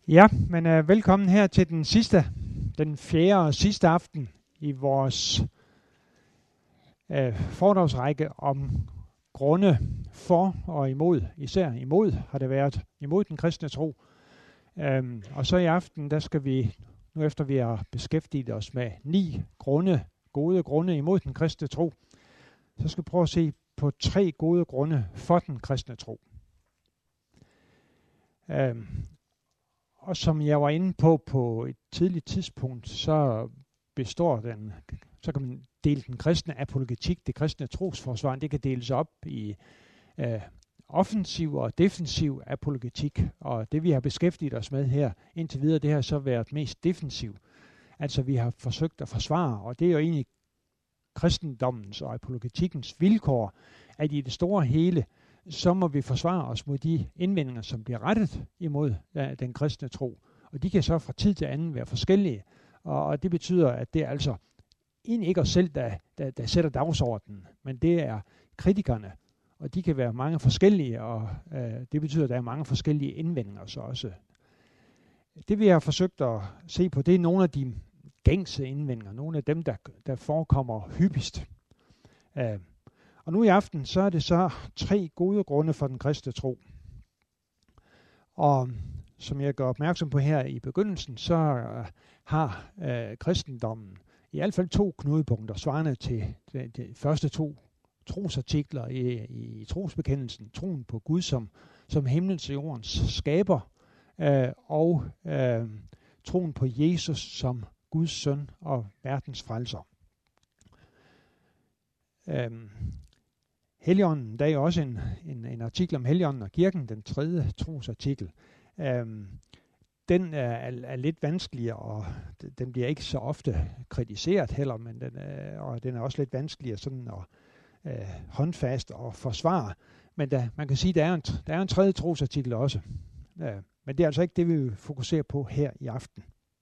Ja, men velkommen her til den fjerde og sidste aften i vores foredragsrække om grunde for og imod. Især imod har det været, imod den kristne tro. Og så i aften, der skal vi, nu efter vi har beskæftiget os med 9 gode grunde imod den kristne tro, så skal vi prøve at se på 3 gode grunde for den kristne tro. Og som jeg var inde på et tidligt tidspunkt, så kan man dele den kristne apologetik, det kristne trosforsvar, det kan deles op i offensiv og defensiv apologetik. Og det vi har beskæftiget os med her indtil videre, det har så været mest defensiv. Altså vi har forsøgt at forsvare, og det er jo egentlig kristendommens og apologetikkens vilkår, at i det store hele, så må vi forsvare os mod de indvendinger, som bliver rettet imod den kristne tro. Og de kan så fra tid til anden være forskellige. Og det betyder, at det er altså egentlig ikke os selv, der sætter dagsordenen, men det er kritikerne. Og de kan være mange forskellige, og det betyder, at der er mange forskellige indvendinger så også. Det vi har forsøgt at se på, det er nogle af de gængse indvendinger, nogle af dem, der forekommer hyppigst. Og nu i aften, så er det så 3 gode grunde for den kristne tro. Og som jeg gør opmærksom på her i begyndelsen, så har kristendommen i hvert fald 2 knudepunkter, svarende til de første 2 trosartikler i trosbekendelsen. Troen på Gud som himlens og jordens skaber, og troen på Jesus som Guds søn og verdens frelser. Helligånden, der er jo også en artikel om Helligånden og kirken, den 3. trosartikel. Den er lidt vanskeligere, og den bliver ikke så ofte kritiseret heller, men den er også lidt vanskeligere sådan at håndfast og forsvare. Men man kan sige, der er en 3. trosartikel også. Men det er altså ikke det, vi vil fokusere på her i aften.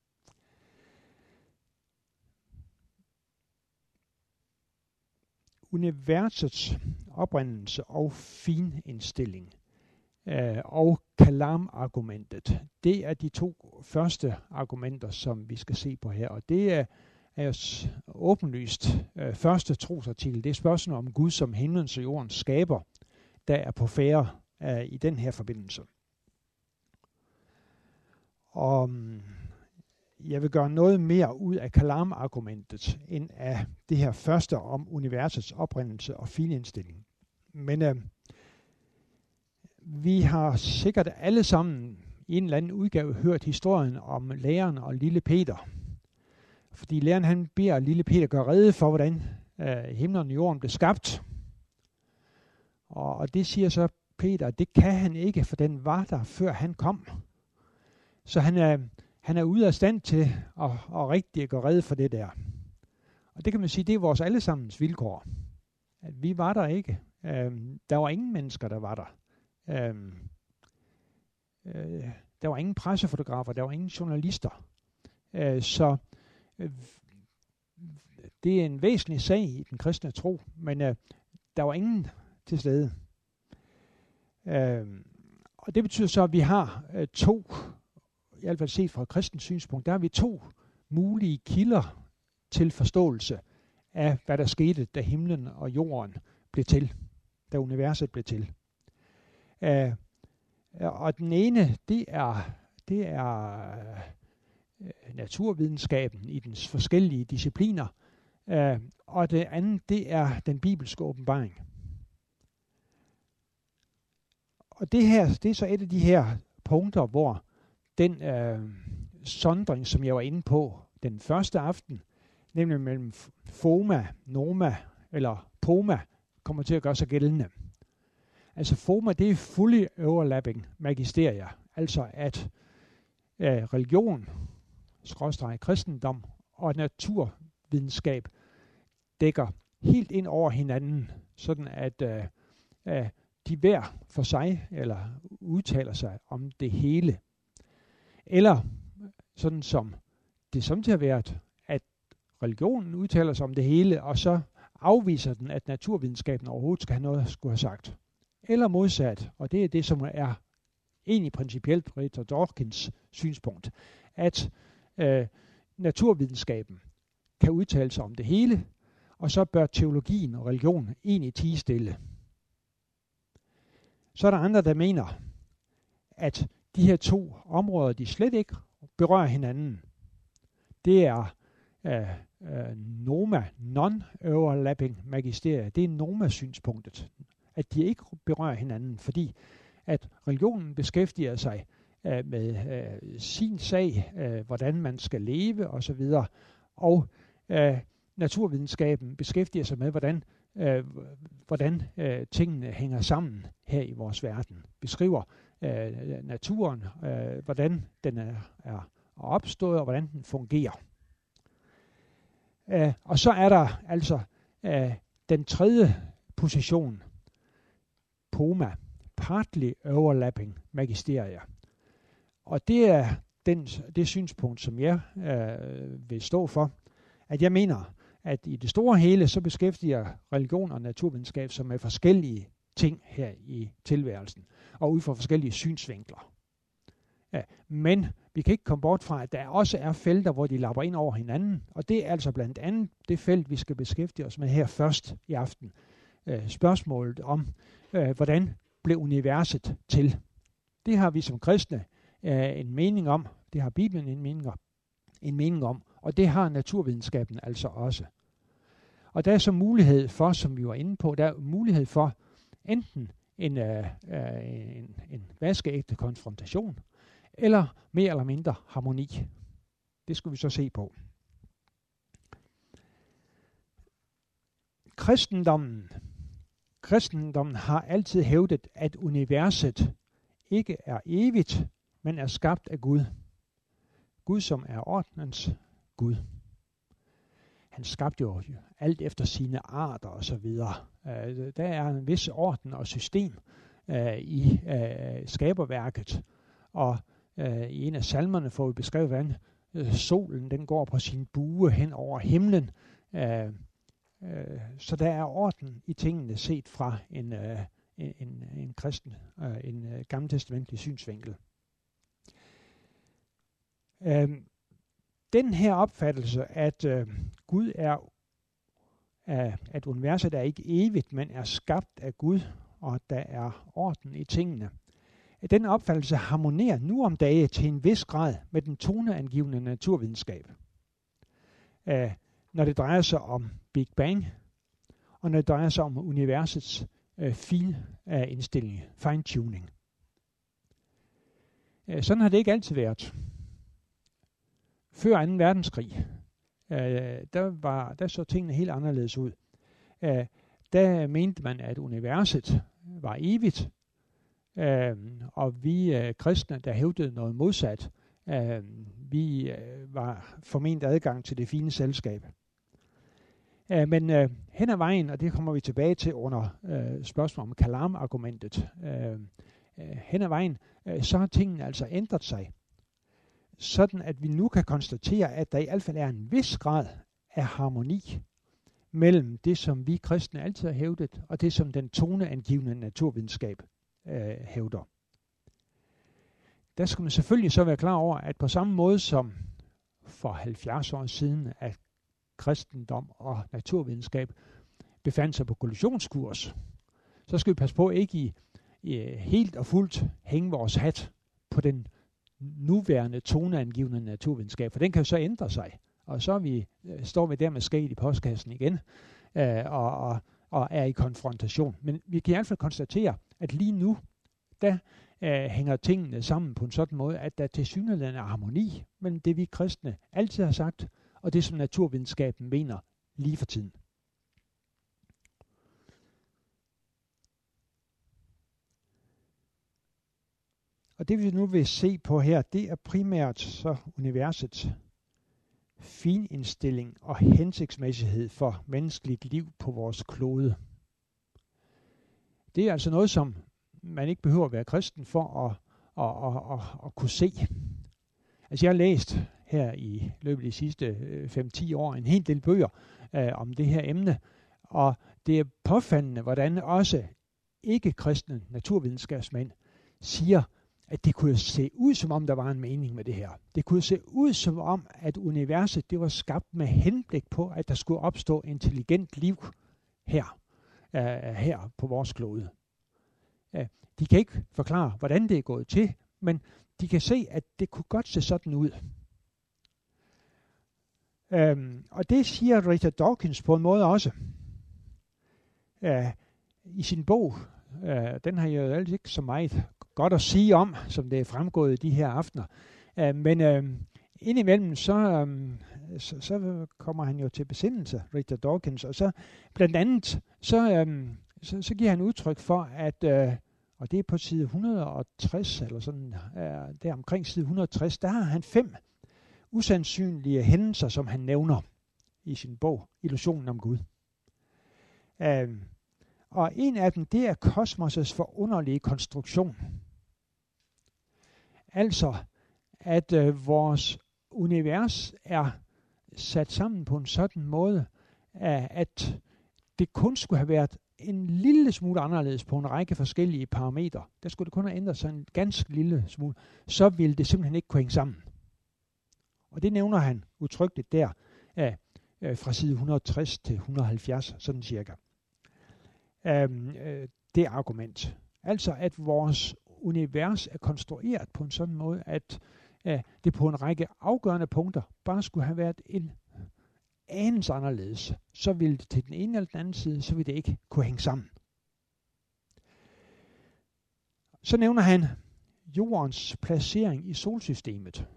Universets oprindelse og finindstilling og kalam-argumentet, det er de 2 første argumenter, som vi skal se på her. Og det er jo åbenlyst første trosartikel. Det er spørgsmålet om Gud som himlens og jordens skaber, der er på færde i den her forbindelse. Og jeg vil gøre noget mere ud af kalam-argumentet, end af det her første om universets oprindelse og finindstilling. Men vi har sikkert alle sammen i en eller anden udgave hørt historien om læreren og lille Peter. Fordi læreren han beder lille Peter gøre rede for, hvordan himlen og jorden blev skabt. Og det siger så Peter, det kan han ikke, for den var der, før han kom. Så han er ude af stand til at rigtig gøre rede for det der. Og det kan man sige, det er vores allesammens vilkår. At vi var der ikke. Der var ingen mennesker, der var der. Der var ingen pressefotografer, der var ingen journalister. Så det er en væsentlig sag i den kristne tro, men der var ingen til stede. Og det betyder så, at vi har 2, i hvert fald set fra et kristent synspunkt, der har vi 2 mulige kilder til forståelse af, hvad der skete, da himlen og jorden blev til, da universet blev til. Og den ene, det er naturvidenskaben i dens forskellige discipliner, og det andet, det er den bibelske åbenbaring. Og det er så et af de her punkter, hvor den sondring, som jeg var inde på den første aften, nemlig mellem FOMA, NOMA eller POMA, kommer til at gøre sig gældende. Altså FOMA, det er fully overlapping magisteria, altså at religion, kristendom og naturvidenskab dækker helt ind over hinanden, sådan at de hver for sig eller udtaler sig om det hele. Eller sådan som det samtidig har været, at religionen udtaler sig om det hele, og så afviser den, at naturvidenskaben overhovedet skal have noget at skulle have sagt. Eller modsat, og det er det, som er egentlig principielt Richard Dawkins synspunkt, at naturvidenskaben kan udtale sig om det hele, og så bør teologien og religion egentlig tie stille. Så er der andre, der mener, at de her to områder, de slet ikke berører hinanden. Det er NOMA, non-overlapping magisteria. Det er NOMA-synspunktet, at de ikke berører hinanden, fordi at religionen beskæftiger sig med sin sag, hvordan man skal leve osv., og naturvidenskaben beskæftiger sig med, hvordan tingene hænger sammen her i vores verden. Beskriver naturen, hvordan den er opstået, og hvordan den fungerer. Og så er der altså den tredje position, POMA, partly overlapping magisteria. Og det er det synspunkt, som jeg vil stå for, at jeg mener, at i det store hele, så beskæftiger religion og naturvidenskab sig med forskellige ting her i tilværelsen, og ud fra forskellige synsvinkler. Ja, men vi kan ikke komme bort fra, at der også er felter, hvor de lapper ind over hinanden, og det er altså blandt andet det felt, vi skal beskæftige os med her først i aften. Spørgsmålet om, hvordan blev universet til? Det har vi som kristne en mening om, det har Bibelen en mening om, og det har naturvidenskaben altså også. Og der er så mulighed for, som vi var inde på, der er mulighed for enten en vaskeægte konfrontation, eller mere eller mindre harmoni. Det skulle vi så se på. Kristendommen har altid hævdet, at universet ikke er evigt, men er skabt af Gud. Gud, som er ordenens Gud. Han skabte jo alt efter sine arter og så videre. Der er en vis orden og system i skaberværket. Og i en af salmerne får vi beskrevet, hvordan solen den går på sin bue hen over himlen. Så der er orden i tingene set fra en kristen, en gammeltestamentlig synsvinkel. Den her opfattelse, at Gud er, at universet er ikke evigt, men er skabt af Gud, og der er orden i tingene. Den opfattelse harmonerer nu om dage til en vis grad med den toneangivende naturvidenskab. Når det drejer sig om Big Bang, og når det drejer sig om universets finindstilling, fine-tuning. Sådan har det ikke altid været. Før 2. verdenskrig, der så tingene helt anderledes ud. Der mente man, at universet var evigt, og vi kristne, der hævdede noget modsat, vi var forment adgang til det fine selskab. Men hen ad vejen, og det kommer vi tilbage til under spørgsmål om Kalam-argumentet, hen ad vejen, så har tingene altså ændret sig. Sådan at vi nu kan konstatere, at der i hvert fald er en vis grad af harmoni mellem det, som vi kristne altid har hævdet, og det, som den toneangivende naturvidenskab hævder. Der skal man selvfølgelig så være klar over, at på samme måde som for 70 år siden, at kristendom og naturvidenskab befandt sig på kollisionskurs, så skal vi passe på ikke helt og fuldt hænge vores hat på den nuværende toneangivende naturvidenskab, for den kan jo så ændre sig, og så står vi der med skæg i postkassen igen, og er i konfrontation. Men vi kan i hvert fald konstatere, at lige nu, der hænger tingene sammen på en sådan måde, at der tilsyneladende er harmoni mellem det, vi kristne altid har sagt, og det, som naturvidenskaben mener lige for tiden. Og det vi nu vil se på her, det er primært så universets finindstilling og hensigtsmæssighed for menneskeligt liv på vores klode. Det er altså noget, som man ikke behøver at være kristen for at kunne se. Altså jeg har læst her i løbet af de sidste 5-10 år en hel del bøger om det her emne, og det er påfaldende, hvordan også ikke-kristne naturvidenskabsmænd siger, at det kunne se ud, som om der var en mening med det her. Det kunne se ud, som om, at universet det var skabt med henblik på, at der skulle opstå intelligent liv her på vores klode. De kan ikke forklare, hvordan det er gået til, men de kan se, at det kunne godt se sådan ud. Og det siger Richard Dawkins på en måde også. I sin bog, den har jeg jo altid ikke så meget godt at sige om, som det er fremgået de her aftener. Men indimellem, så kommer han jo til besindelse, Richard Dawkins, og så blandt andet, så giver han udtryk for, at, og det er på side 160, eller sådan, der omkring side 160, der har han 5 usandsynlige hændelser, som han nævner i sin bog, Illusionen om Gud. Og en af dem, det er kosmosets forunderlige konstruktion. Altså, at vores univers er sat sammen på en sådan måde, at det kun skulle have været en lille smule anderledes på en række forskellige parametre. Der skulle det kun have ændret sig en ganske lille smule. Så ville det simpelthen ikke kunne hænge sammen. Og det nævner han udtrykkeligt der, fra side 160 til 170, sådan cirka. Det argument. Altså, at vores univers er konstrueret på en sådan måde, at det på en række afgørende punkter bare skulle have været en anelse anderledes. Så ville det til den ene eller den anden side, så ville det ikke kunne hænge sammen. Så nævner han jordens placering i solsystemet.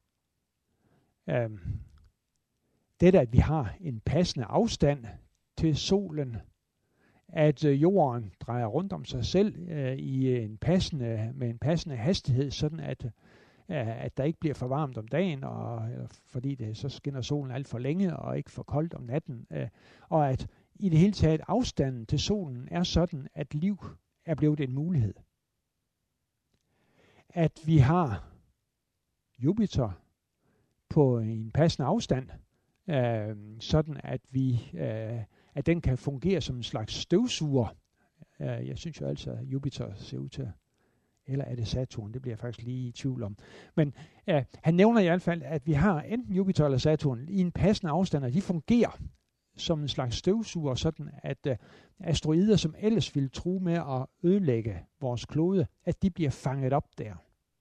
Dette, at vi har en passende afstand til solen, at jorden drejer rundt om sig selv med en passende hastighed, sådan at der ikke bliver for varmt om dagen, fordi det så skinner solen alt for længe og ikke for koldt om natten, og at i det hele taget afstanden til solen er sådan, at liv er blevet en mulighed. At vi har Jupiter på en passende afstand, sådan at den kan fungere som en slags støvsuger. Jeg synes jo altså, at Jupiter ser ud til, eller er det Saturn, det bliver jeg faktisk lige i tvivl om. Men han nævner i hvert fald, at vi har enten Jupiter eller Saturn i en passende afstand, og de fungerer som en slags støvsuger, sådan at asteroider, som ellers ville true med at ødelægge vores klode, at de bliver fanget op der.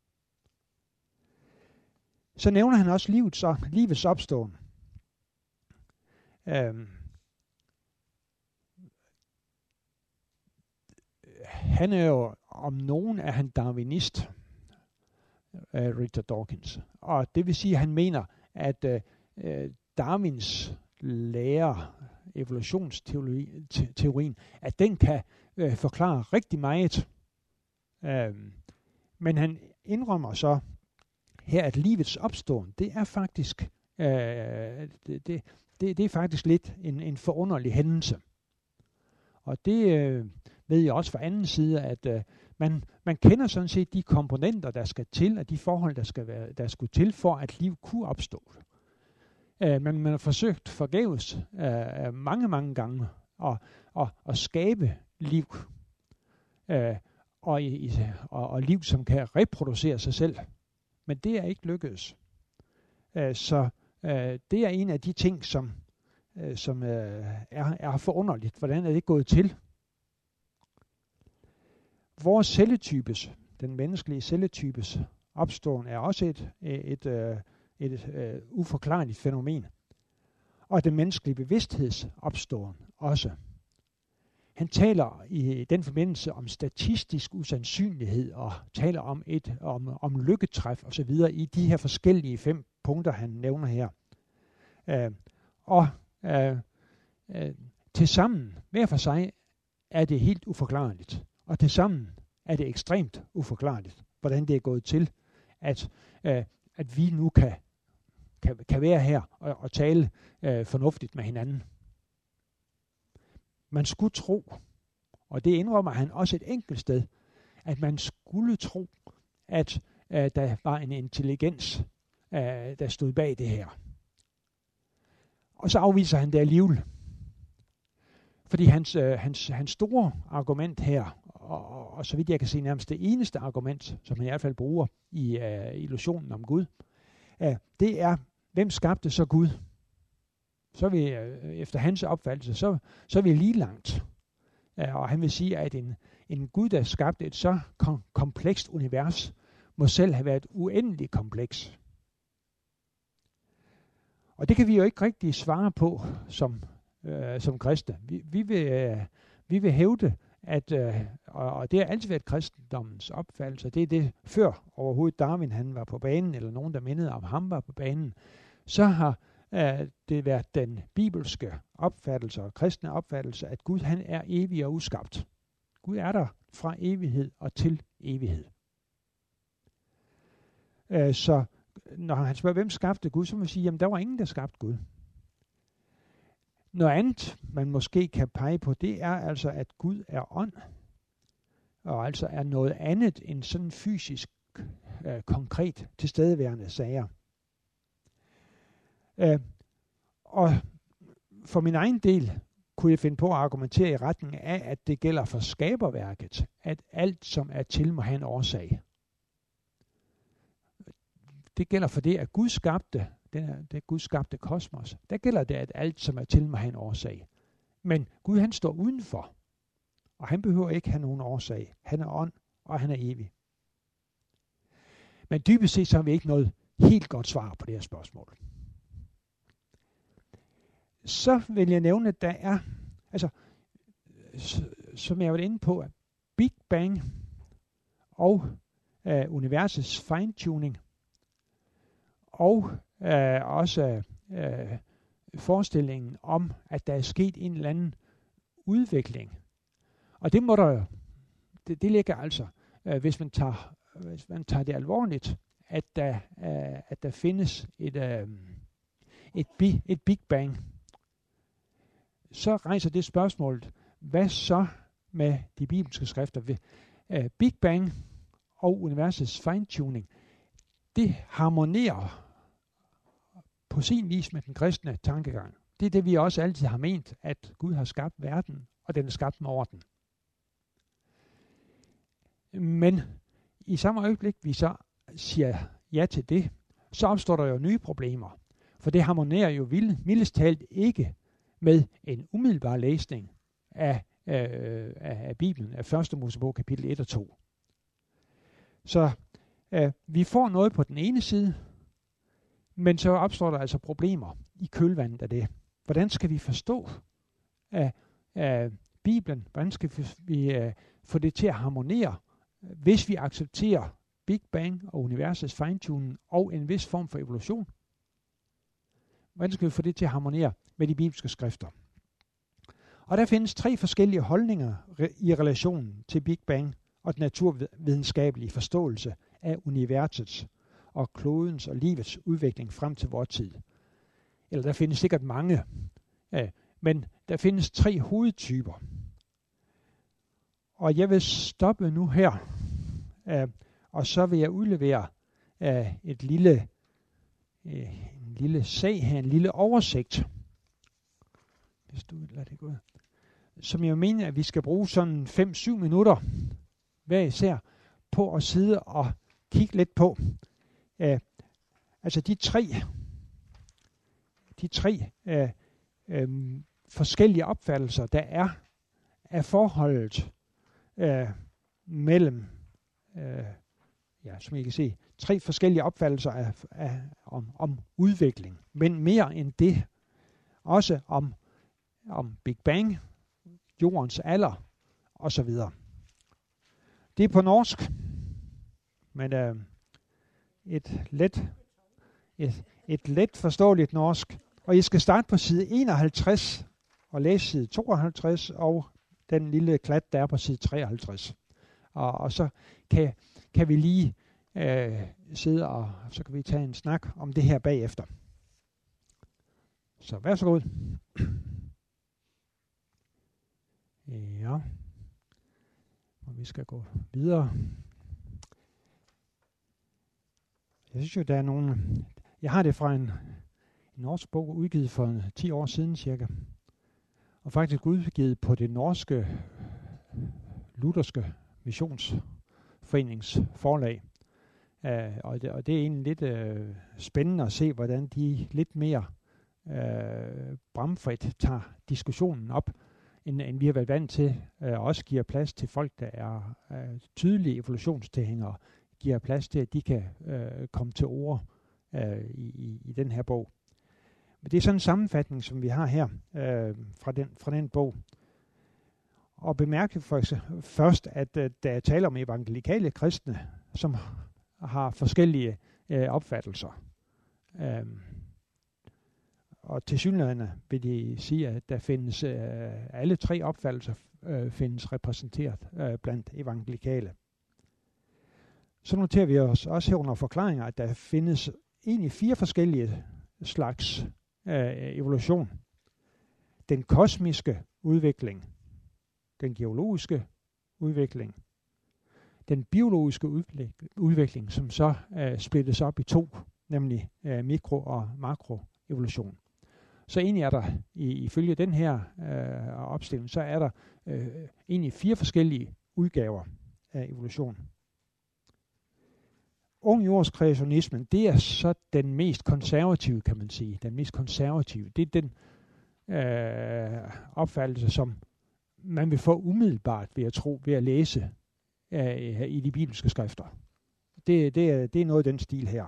Så nævner han også livets opståen. Han er jo, om nogen er han darwinist, Richard Dawkins. Og det vil sige, at han mener, at Darwins lære, evolutionsteorien, at den kan forklare rigtig meget. Men han indrømmer så her, at livets opståen, det er faktisk det er faktisk lidt en forunderlig hændelse. Og det ved jeg også fra anden side, at man kender sådan set de komponenter, der skal til, og de forhold, der skulle til, for at liv kunne opstå. Men man har forsøgt forgæves mange gange at skabe liv, og liv, som kan reproducere sig selv. Men det er ikke lykkedes. Så det er en af de ting, som er forunderligt. Hvordan er det gået til? Vores celletypes, den menneskelige celletypes opståen, er også et uforklarligt fænomen. Og den menneskelige bevidstheds opståen også. Han taler i den forbindelse om statistisk usandsynlighed og taler om lykketræf osv. i de her forskellige 5 punkter, han nævner her. Tilsammen, hver for sig, er det helt uforklarligt. Og tilsammen er det ekstremt uforklarligt, hvordan det er gået til, at vi nu kan være her og tale fornuftigt med hinanden. Man skulle tro, og det indrømmer han også et enkelt sted, at man skulle tro, at der var en intelligens, der stod bag det her. Og så afviser han det alligevel. Fordi hans store argument her, og så vidt jeg kan se nærmest det eneste argument, som han i hvert fald bruger i illusionen om Gud, det er, hvem skabte så Gud? Så er vi, efter hans opfattelse, så er vi lige langt. Og han vil sige, at en Gud, der skabte et så komplekst univers, må selv have været uendelig kompleks. Og det kan vi jo ikke rigtig svare på som kristne. Vi vil hævde, at, og det har altid været kristendommens opfattelse, det er det før overhovedet Darwin han var på banen, eller nogen, der mindede om ham var på banen, så har det været den bibelske opfattelse og kristne opfattelse, at Gud han er evig og uskabt. Gud er der fra evighed og til evighed. Så når han spørger, hvem skabte Gud, så må man sige, jamen der var ingen, der skabte Gud. Noget andet, man måske kan pege på, det er altså, at Gud er ånd, og altså er noget andet end sådan fysisk, konkret tilstedeværende sager. Og for min egen del kunne jeg finde på at argumentere i retning af, at det gælder for skaberværket, at alt, som er til, må have en årsag. Det gælder for det, at Gud skabte, det Gud skabte kosmos. Der gælder det, at alt, som er til, må have en årsag. Men Gud, han står udenfor, og han behøver ikke have nogen årsag. Han er ånd, og han er evig. Men dybest set, så har vi ikke noget helt godt svar på det her spørgsmål. Så vil jeg nævne, at der er, altså, som jeg var inde på, at Big Bang og universets fine-tuning, og også forestillingen om, at der er sket en eller anden udvikling. Og det må der jo, det ligger altså, hvis man tager det alvorligt, at der findes et Big Bang, så rejser det spørgsmål, hvad så med de bibelske skrifter? Big Bang og universets fine-tuning, det harmonerer på sin vis med den kristne tankegang. Det er det, vi også altid har ment, at Gud har skabt verden, og den er skabt med orden. Men i samme øjeblik, vi så siger ja til det, så opstår der jo nye problemer. For det harmonerer jo mildest talt ikke med en umiddelbar læsning af Bibelen, af 1. Mosebog kapitel 1 og 2. Så vi får noget på den ene side, men så opstår der altså problemer i kølvandet af det. Hvordan skal vi forstå Bibelen? Hvordan skal vi få det til at harmonere, hvis vi accepterer Big Bang og universets fine-tuning og en vis form for evolution? Hvordan skal vi få det til at harmonere med de bibelske skrifter? Og der findes 3 forskellige holdninger i relationen til Big Bang og den naturvidenskabelige forståelse af universets og klodens og livets udvikling frem til vores tid. Eller der findes sikkert mange, men der findes 3 hovedtyper. Og jeg vil stoppe nu her, og så vil jeg udlevere en lille sag her, en lille oversigt, hvis du lader det gå, som jeg mener, at vi skal bruge sådan 5-7 minutter hver især på at sidde og kigge lidt på. Altså de tre forskellige opfattelser, der er af forholdet mellem, som I kan se, 3 forskellige opfattelser om udvikling, men mere end det, også om Big Bang, jordens alder osv. Det er på norsk, men et let forståeligt norsk. Og I skal starte på side 51 og læse side 52 og den lille klat, der er på side 53. Og så kan vi lige sidde, og så kan vi tage en snak om det her bagefter. Så vær så god. Ja. Og vi skal gå videre. Jeg synes jo, der er nogle... Jeg har det fra en norsk bog, udgivet for 10 år siden cirka. Og faktisk udgivet på det norske Lutherske Missionsforenings forlag. Og det er egentlig lidt spændende at se, hvordan de lidt mere bramfrit tager diskussionen op, end vi har været vant til, og også giver plads til folk, der er tydelige evolutionstilhængere, giver plads til, at de kan komme til ord i den her bog. Men det er sådan en sammenfatning, som vi har her fra den bog. Og bemærke først, at der er tale om evangelikale kristne, som har forskellige opfattelser. Og tilsyneladende vil de sige, at der findes alle tre opfattelser findes repræsenteret blandt evangelikale. Så noterer vi os også her under forklaringer, at der findes egentlig 4 forskellige slags evolution. Den kosmiske udvikling, den geologiske udvikling, den biologiske udvikling, som så splittes op i 2, nemlig mikro- og makroevolution. Så egentlig er der, ifølge den her opstilling, så er der egentlig 4 forskellige udgaver af evolution. Ungjordskreationismen, det er så den mest konservative, kan man sige. Den mest konservative. Det er den opfattelse, som man vil få umiddelbart, ved at tro, ved at læse i de bibelske skrifter. Det er noget af den stil her.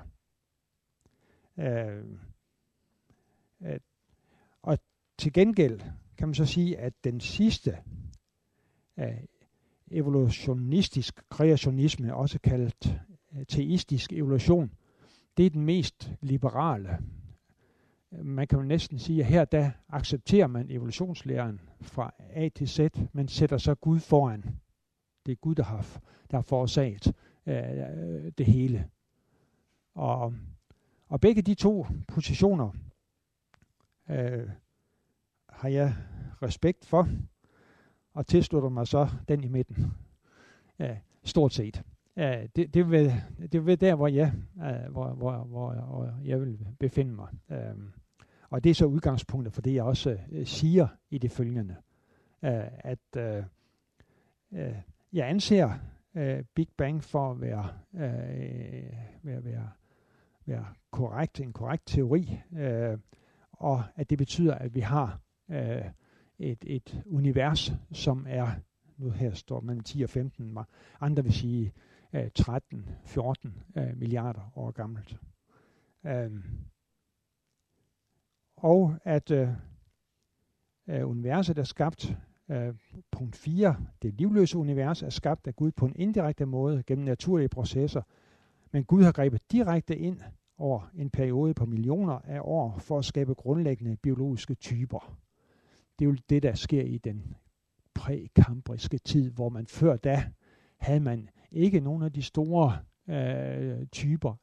Og til gengæld kan man så sige, at den sidste evolutionistisk kreationisme, også kaldet teistisk evolution, det er den mest liberale. Man kan jo næsten sige, at her der accepterer man evolutionslæren fra A til Z, men sætter så Gud foran. Det er Gud, der har forårsaget det hele. Og begge de 2 positioner har jeg respekt for, og tilslutter mig så den i midten. Stort set. Det er der, hvor jeg vil befinde mig. Og det er så udgangspunktet for det, jeg også siger i det følgende. At jeg anser Big Bang for at være korrekt, en korrekt teori, og at det betyder, at vi har et univers, som er, nu her står mellem 10 og 15, andre vil sige 13-14 milliarder år gammelt. Og at universet er skabt, punkt 4, det livløse univers er skabt af Gud på en indirekte måde gennem naturlige processer, men Gud har grebet direkte ind over en periode på millioner af år for at skabe grundlæggende biologiske typer. Det er jo det, der sker i den prækambriske tid, hvor man før da havde man ikke nogen af de store typer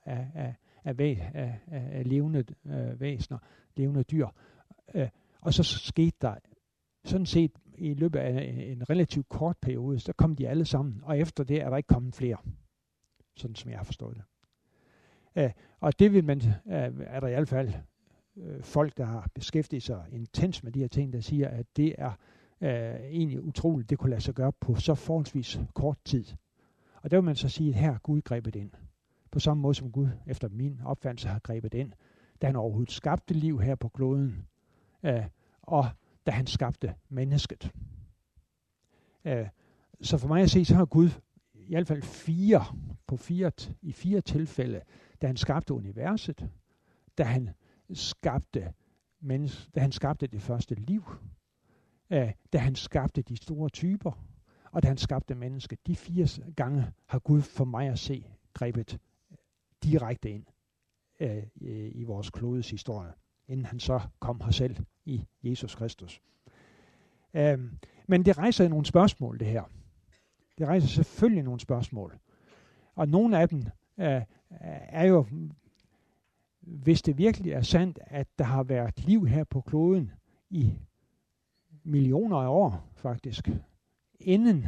af levende væsener, levende dyr. Og så skete der sådan set i løbet af en relativt kort periode, så kom de alle sammen, og efter det er der ikke kommet flere, sådan som jeg har forstået det. Og det vil man, er der i hvert fald folk, der har beskæftiget sig intens med de her ting, der siger, at det er egentlig utroligt, det kunne lade sig gøre på så forholdsvis kort tid. Og der vil man så sige, at her Gud grebet ind. På samme måde som Gud, efter min opfattelse, har grebet ind, da han overhovedet skabte liv her på kloden, og da han skabte mennesket. Så for mig at se, så har Gud i hvert fald i fire tilfælde, da han skabte universet, da han skabte det første liv, da han skabte de store typer, og da han skabte mennesket. De 4 gange har Gud for mig at se grebet direkte ind i vores klodes historie, inden han så kom her selv i Jesus Kristus. Men det rejser nogle spørgsmål, det her. Det rejser selvfølgelig nogle spørgsmål. Og nogle af dem er jo, hvis det virkelig er sandt, at der har været liv her på kloden i millioner af år, faktisk, inden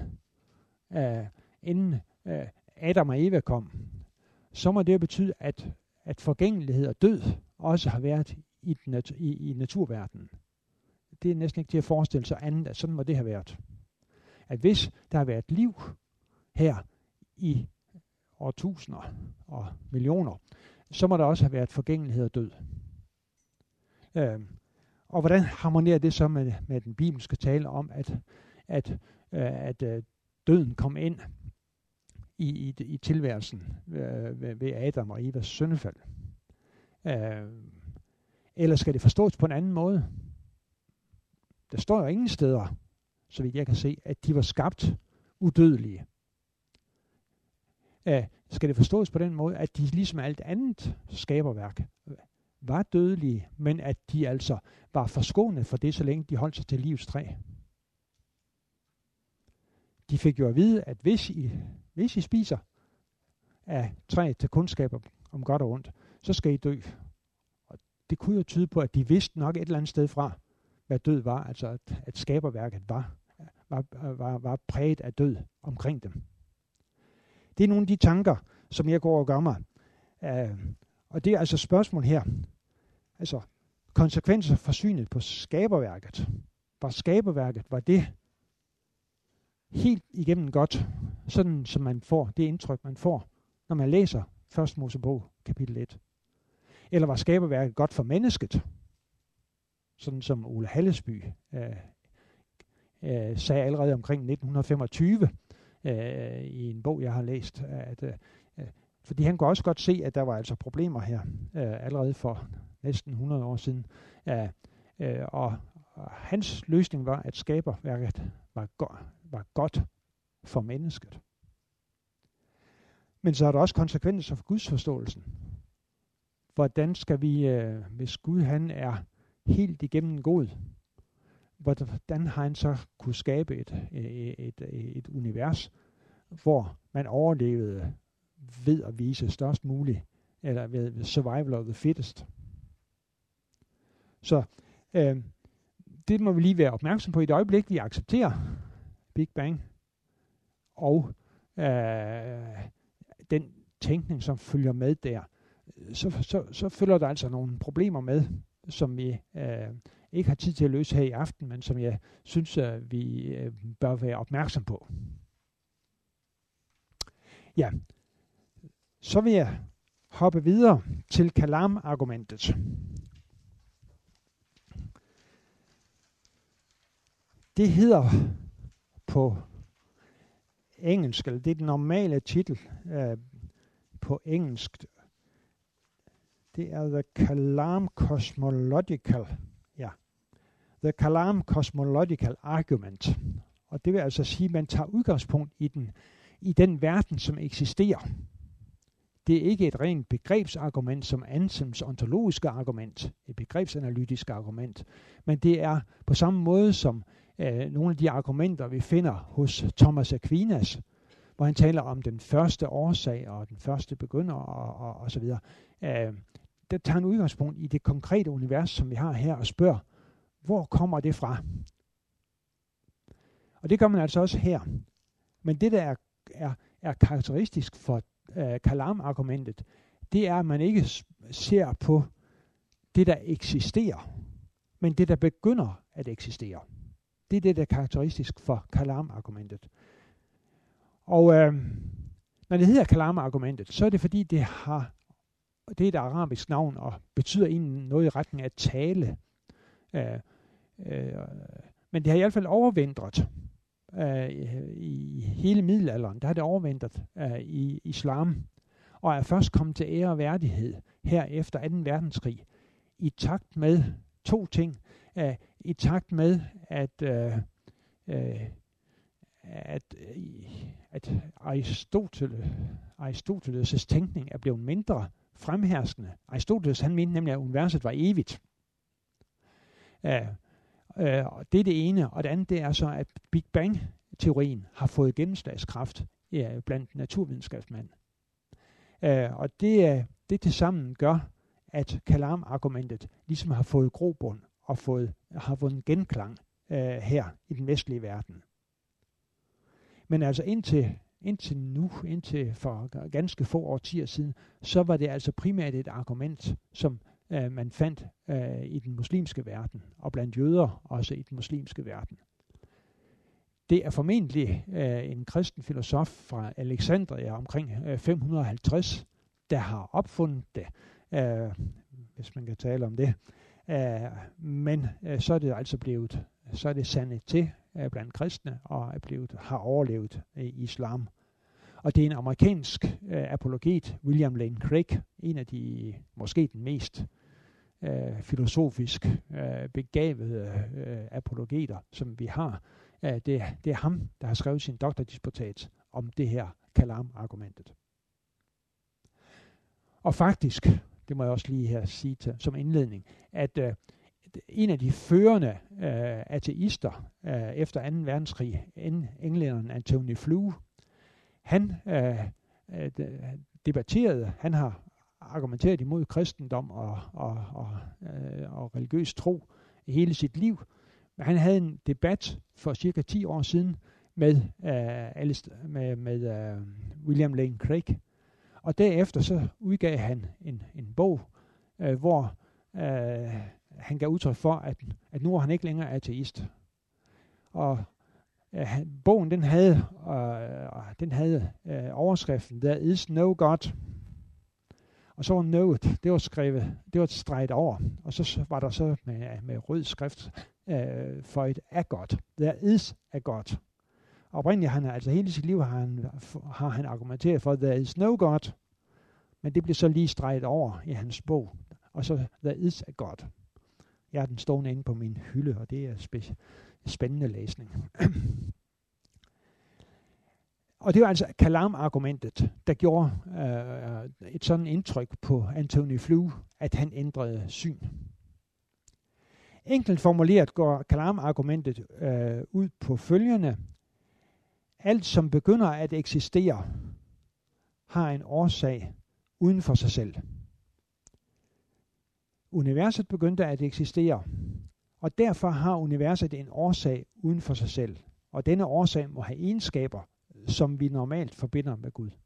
Adam og Eva kom, så må det betyde, at forgængelighed og død også har været i naturverdenen. Det er næsten ikke til at forestille sig andet, at sådan må det have været. at hvis der har været liv her i årtusinder og millioner, så må der også have været forgængelighed og død. Og hvordan harmonerer det så med den bibelske tale om, at døden kom ind i tilværelsen ved Adam og Evas syndefald? Eller skal det forstås på en anden måde? Der står jo ingen steder, så vidt jeg kan se, at de var skabt udødelige. Skal det forstås på den måde, at de ligesom alt andet skaberværk var dødelige, men at de altså var forskånet for det, så længe de holdt sig til livs træ? De fik jo at vide, at hvis I spiser af træet til kundskaber om godt og ondt, så skal I dø. Og det kunne jo tyde på, at de vidste nok et eller andet sted fra, hvad død var, altså at skaberværket var præget af død omkring dem. Det er nogle af de tanker, som jeg går og gør mig. Og det er altså spørgsmål her. Altså konsekvenser for synet på skaberværket. Var det helt igennem godt, sådan som man får det indtryk, man får, når man læser 1. Mosebog, kapitel 1. Eller var skaberværket godt for mennesket? Sådan som Ole Hallesby sagde allerede omkring 1925 i en bog, jeg har læst. Fordi han kunne også godt se, at der var altså problemer her allerede for næsten 100 år siden. Og hans løsning var, at skaberværket var godt for mennesket. Men så er der også konsekvenser for Guds forståelsen. Hvordan skal vi, hvis Gud han er helt igennem god, hvordan har han så kunne skabe et univers, hvor man overlevede ved at vise størst muligt, eller ved survival of the fittest? Så det må vi lige være opmærksom på i det øjeblik, vi accepterer Big Bang, og den tænkning, som følger med der, så følger der altså nogle problemer med, som vi ikke har tid til at løse her i aften, men som jeg synes, vi bør være opmærksom på. Ja, så vil jeg hoppe videre til Kalam-argumentet. Det hedder på engelsk, eller det er den normale titel på engelsk. Det er The Kalam Cosmological, The Kalam Cosmological Argument. Og det vil altså sige, at man tager udgangspunkt i den verden, som eksisterer. Det er ikke et rent begrebsargument som Anselms ontologiske argument, et begrebsanalytisk argument, men det er på samme måde som nogle af de argumenter, vi finder hos Thomas Aquinas, hvor han taler om den første årsag og den første begynder og så videre. Der tager en udgangspunkt i det konkrete univers, som vi har her, og spørger, hvor kommer det fra? Og det gør man altså også her. Men det, der er karakteristisk for Kalam-argumentet, det er, at man ikke ser på det, der eksisterer, men det, der begynder at eksistere. Det er det, der er karakteristisk for Kalam-argumentet. Og når det hedder Kalam-argumentet, så er det fordi, det er et arabisk navn, og betyder egentlig noget i retning af tale. Men det har i hvert fald overvintret i hele middelalderen. Der har det overvintret i islam, og er først kommet til ære og værdighed her efter 2. verdenskrig, i takt med to ting. I takt med, at Aristoteles' tænkning er blevet mindre fremherskende. Aristoteles, han mente nemlig, at universet var evigt. Det er det ene, og det andet det er så, at Big Bang-teorien har fået gennemslagskraft blandt naturvidenskabsmænd. Og det tilsammen gør, at Kalam-argumentet ligesom har fået grobund og har fået en genklang her i den vestlige verden. Men altså indtil for ganske få årtier siden, så var det altså primært et argument, som man fandt i den muslimske verden, og blandt jøder også i den muslimske verden. Det er formentlig en kristen filosof fra Alexandria omkring 550, der har opfundet det, hvis man kan tale om det. Men så er det altså blevet, så er det sandet til blandt kristne og har overlevet i islam. Og det er en amerikansk apologet, William Lane Craig, en af de, måske den mest filosofisk begavede apologeter, som vi har. Det er ham, der har skrevet sin doktordisputat om det her kalam-argumentet. Og faktisk, det må jeg også lige her sige som indledning, at en af de førende ateister efter 2. verdenskrig, englænderen Antony Flew, han debatterede, han har argumenteret imod kristendom og religiøs tro i hele sit liv. Han havde en debat for cirka 10 år siden med William Lane Craig. Og derefter så udgav han en bog, hvor han gav udtryk for, at nu er han ikke længere ateist. Og bogen den havde overskriften There is no God. Og så var no'et, det var streget over, og så var der så med rød skrift for et a God. There is a God. Og oprindeligt altså hele sit liv har han argumenteret for there is no God, men det blev så lige streget over i hans bog, og så there is a God. Jeg har den stående inde på min hylde, og det er spændende læsning. Og det var altså kalam-argumentet, der gjorde et sådan indtryk på Antony Flew, at han ændrede syn. Enkelt formuleret går kalam-argumentet ud på følgende. Alt, som begynder at eksistere, har en årsag uden for sig selv. Universet begyndte at eksistere, og derfor har universet en årsag uden for sig selv. Og denne årsag må have egenskaber, som vi normalt forbinder med Gud.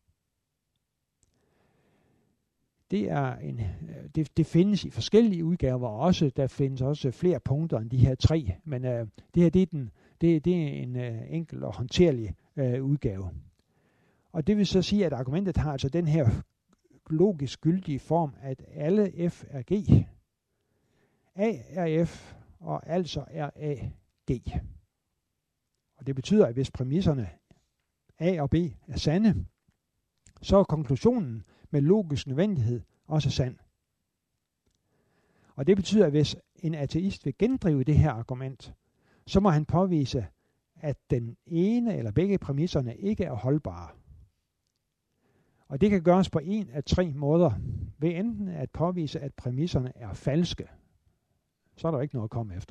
Det findes i forskellige udgaver også. Der findes også flere punkter end de her 3, men det her det er en enkel og håndterlig udgave. Og det vil så sige, at argumentet har altså den her logisk gyldige form, at alle F er G, A er F, og altså er A G. Og det betyder, at hvis præmisserne A og B er sande, så er konklusionen med logisk nødvendighed også sand. Og det betyder, at hvis en ateist vil gendrive det her argument, så må han påvise, at den ene eller begge præmisserne ikke er holdbare. Og det kan gøres på en af 3 måder. Ved enten at påvise, at præmisserne er falske, så er der ikke noget at komme efter.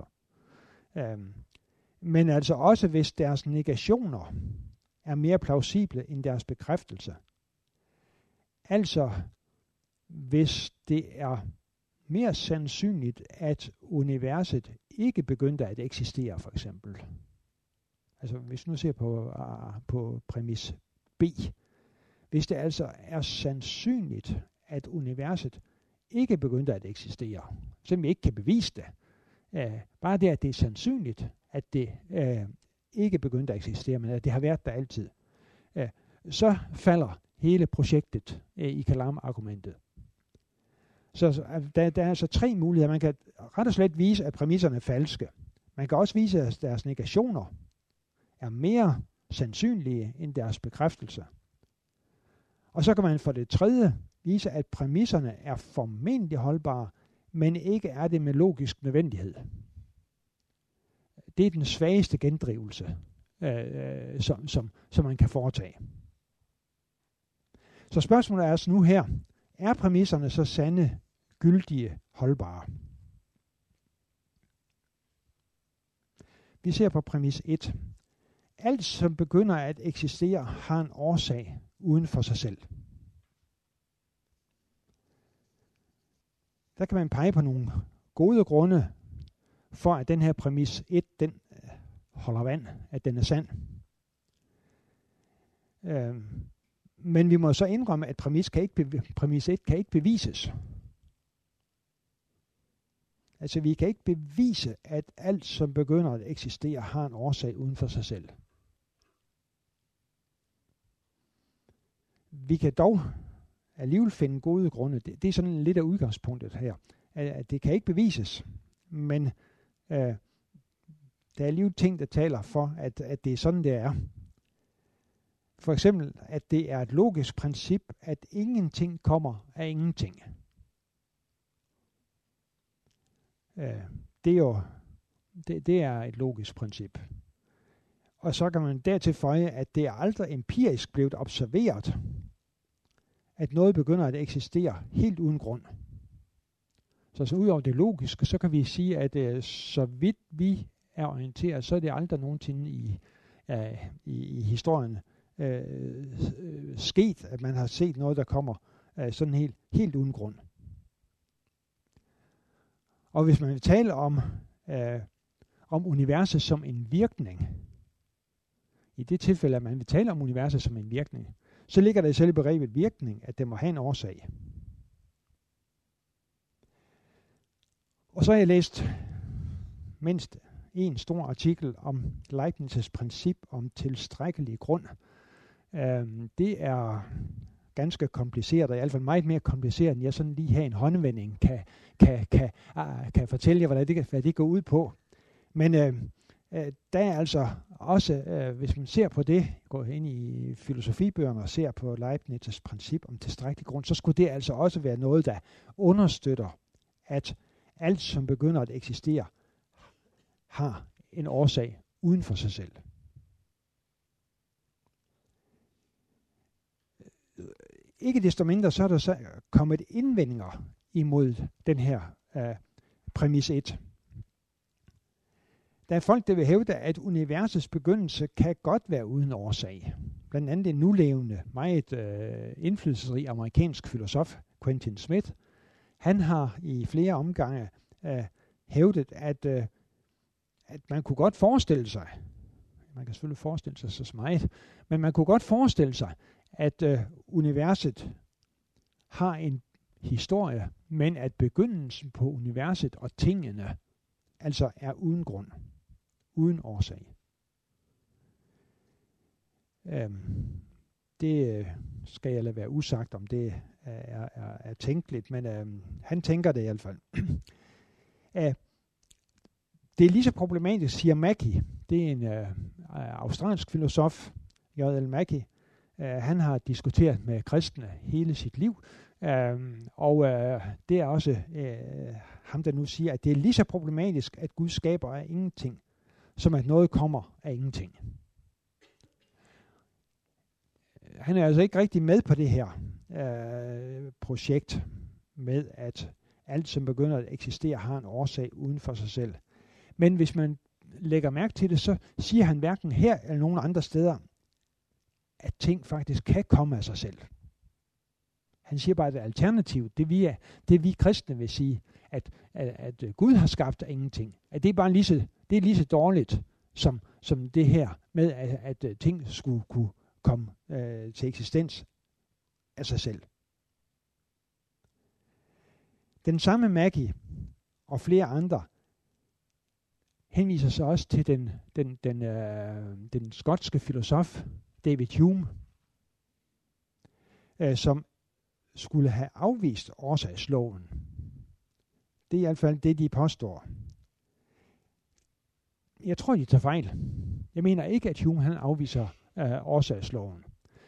Men altså også, hvis deres negationer er mere plausible end deres bekræftelse. Altså, hvis det er mere sandsynligt, at universet ikke begyndte at eksistere, for eksempel. Altså, hvis nu ser på præmis B. Hvis det altså er sandsynligt, at universet ikke begyndte at eksistere, selvom vi ikke kan bevise det, bare det, at det er sandsynligt, at det ikke begyndte at eksistere, men at det har været der altid, så falder hele projektet i kalam-argumentet. Så der er altså 3 muligheder. Man kan ret og slet vise, at præmisserne er falske. Man kan også vise, at deres negationer er mere sandsynlige end deres bekræftelse. Og så kan man for det tredje vise, at præmisserne er formentlig holdbare, men ikke er det med logisk nødvendighed. Det er den svageste gendrivelse, som man kan foretage. Så spørgsmålet er altså nu her, er præmisserne så sande, gyldige, holdbare? Vi ser på præmis 1. Alt, som begynder at eksistere, har en årsag uden for sig selv. Der kan man pege på nogle gode grunde for, at den her præmis 1, den holder vand, at den er sand. Men vi må så indrømme, at præmis 1 kan ikke bevises. Altså vi kan ikke bevise, at alt, som begynder at eksistere, har en årsag uden for sig selv. vi kan dog alligevel finde gode grunde. Det er sådan lidt af udgangspunktet her. At det kan ikke bevises, men der er alligevel ting, der taler for, at det er sådan, det er. For eksempel, at det er et logisk princip, at ingenting kommer af ingenting. Det er et logisk princip. Og så kan man dertil føje, at det er aldrig empirisk blevet observeret, at noget begynder at eksistere helt uden grund. Så udover det logiske, så kan vi sige, at så vidt vi er orienteret, så er det aldrig nogensinde i historien sket, at man har set noget, der kommer sådan helt uden grund. Og hvis man vil tale om universet som en virkning, i det tilfælde, at man vil tale om universet som en virkning, så ligger der i selve begrebet virkning, at det må have en årsag. Og så har jeg læst mindst en stor artikel om Leibniz' princip om tilstrækkelig grund. Det er ganske kompliceret, og i hvert fald meget mere kompliceret, end jeg sådan lige her en håndvending kan fortælle jer, hvad det går ud på. Men der er altså også, hvis man ser på det, går ind i filosofibøgerne og ser på Leibniz' princip om tilstrækkelig grund, så skulle det altså også være noget, der understøtter, at alt, som begynder at eksistere, har en årsag uden for sig selv. Ikke desto mindre, så er der så kommet indvendinger imod den her præmis 1. Der er folk, der vil hævde, at universets begyndelse kan godt være uden årsag. Blandt andet en nulevende, meget indflydelsesrig amerikansk filosof, Quentin Smith. Han har i flere omgange hævdet, at man kunne godt forestille sig, man kan selvfølgelig forestille sig så meget, men man kunne godt forestille sig, at universet har en historie, men at begyndelsen på universet og tingene altså er uden grund, uden årsag. Det skal jeg lade være usagt, om det er tænkeligt, men han tænker det i hvert fald. Det er lige så problematisk, siger Mackie. Det er en australsk filosof, J.L. Mackie. Han har diskuteret med kristne hele sit liv, og det er også ham, der nu siger, at det er lige så problematisk, at Gud skaber af ingenting, som at noget kommer af ingenting. Han er altså ikke rigtig med på det her projekt med, at alt, som begynder at eksistere, har en årsag uden for sig selv. Men hvis man lægger mærke til det, så siger han hverken her eller nogen andre steder, at ting faktisk kan komme af sig selv. Han siger bare, at det alternativ, det vi kristne vil sige, at Gud har skabt af ingenting. At det er bare lige så dårligt, som det her med, at ting skulle kunne komme til eksistens af sig selv. Den samme Mackie og flere andre henviser sig også til den skotske filosof David Hume, som skulle have afvist årsagsloven. Det er i hvert fald det, de påstår. Jeg tror, de tager fejl. Jeg mener ikke, at Hume han afviser årsagsloven.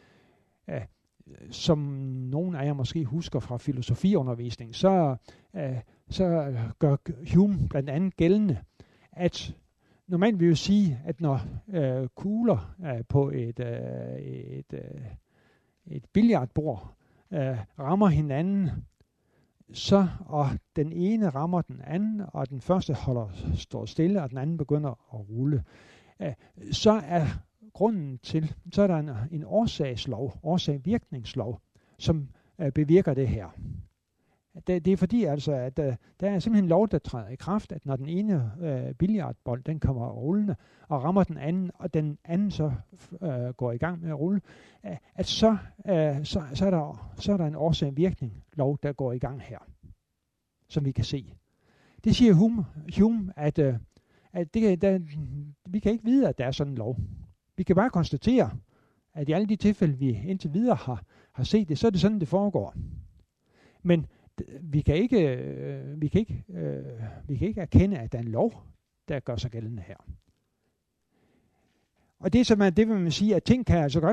Som nogen af jer måske husker fra filosofiundervisning, så gør Hume blandt andet gældende, at normalt vil jo sige, at når kugler på et billiardbord rammer hinanden, og den ene rammer den anden, og den første står stille, og den anden begynder at rulle, så er grunden til, så er der en årsag-virkningslov, som bevirker det her. Det er fordi altså, at der er simpelthen en lov, der træder i kraft, at når den ene billiardbold, den kommer rullende og rammer den anden, og den anden så går i gang med at rulle, at så er der en årsag-virkning-lov, der går i gang her, som vi kan se. Det siger Hume, at vi kan ikke vide, at der er sådan en lov. Vi kan bare konstatere, at i alle de tilfælde, vi indtil videre har set det, så er det sådan, det foregår. Men vi kan ikke erkende, at der er en lov, der gør sig gældende her. Og det vil man sige, at ting kan altså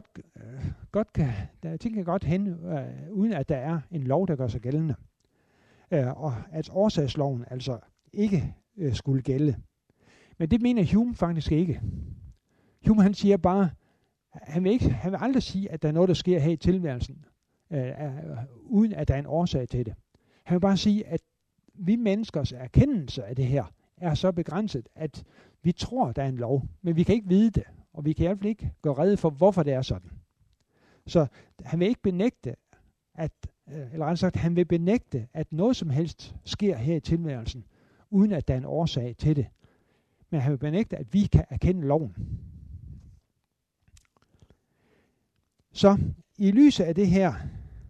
godt hænde, uden at der er en lov, der gør sig gældende. Og at årsagsloven altså ikke skulle gælde. Men det mener Hume faktisk ikke. Hume han siger bare, han vil aldrig sige, at der er noget, der sker her i tilværelsen, uden at der er en årsag til det. Han vil bare sige, at vi menneskers erkendelse af det her er så begrænset, at vi tror, der er en lov, men vi kan ikke vide det, og vi kan i hvert fald ikke gøre rede for, hvorfor det er sådan. Så han vil ikke benægte, han vil benægte, at noget som helst sker her i tilværelsen, uden at der er en årsag til det. Men han vil benægte, at vi kan erkende loven. Så i lyset af det her,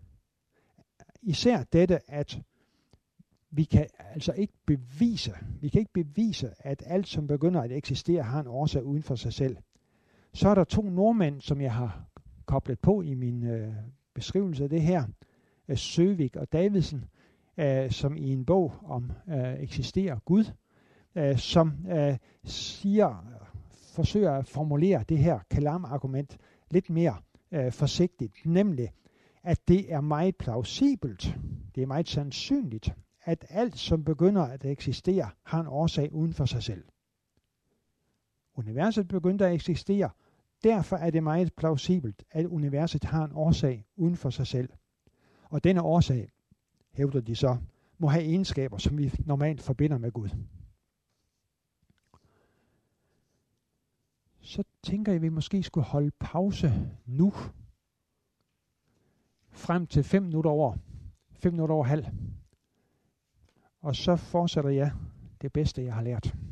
især dette, at vi kan ikke bevise, at alt, som begynder at eksistere, har en årsag uden for sig selv. Så er der 2 nordmænd, som jeg har koblet på i min beskrivelse af det her, Søvig og Davidsen, som i en bog om eksisterer Gud, som forsøger at formulere det her kalam-argument lidt mere forsigtigt, nemlig at det er meget plausibelt, det er meget sandsynligt, at alt, som begynder at eksistere, har en årsag uden for sig selv. Universet begynder at eksistere, derfor er det meget plausibelt, at universet har en årsag uden for sig selv. Og denne årsag, hævder de så, må have egenskaber, som vi normalt forbinder med Gud. Så tænker jeg, at vi måske skulle holde pause nu, frem til 5 minutter over halv. Og så fortsætter jeg det bedste, jeg har lært.